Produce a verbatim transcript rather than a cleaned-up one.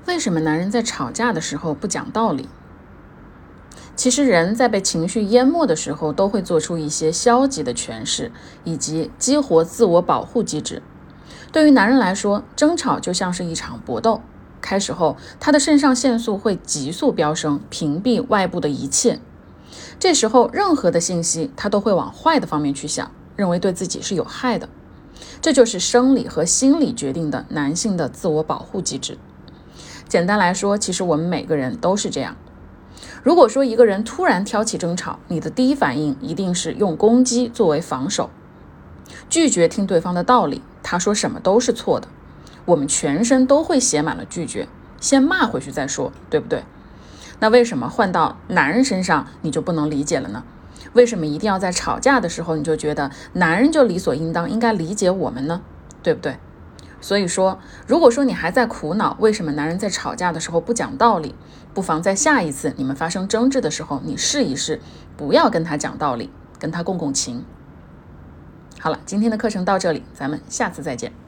为什么男人在吵架的时候不讲道理？其实人在被情绪淹没的时候，都会做出一些消极的诠释，以及激活自我保护机制。对于男人来说，争吵就像是一场搏斗，开始后他的肾上腺素会急速飙升，屏蔽外部的一切。这时候任何的信息他都会往坏的方面去想，认为对自己是有害的。这就是生理和心理决定的男性的自我保护机制。简单来说，其实我们每个人都是这样。如果说一个人突然挑起争吵，你的第一反应一定是用攻击作为防守，拒绝听对方的道理，他说什么都是错的。我们全身都会写满了拒绝，先骂回去再说，对不对？那为什么换到男人身上你就不能理解了呢？为什么一定要在吵架的时候你就觉得男人就理所应当应该理解我们呢？对不对？所以说，如果说你还在苦恼为什么男人在吵架的时候不讲道理，不妨在下一次你们发生争执的时候，你试一试，不要跟他讲道理，跟他共共情。好了，今天的课程到这里，咱们下次再见。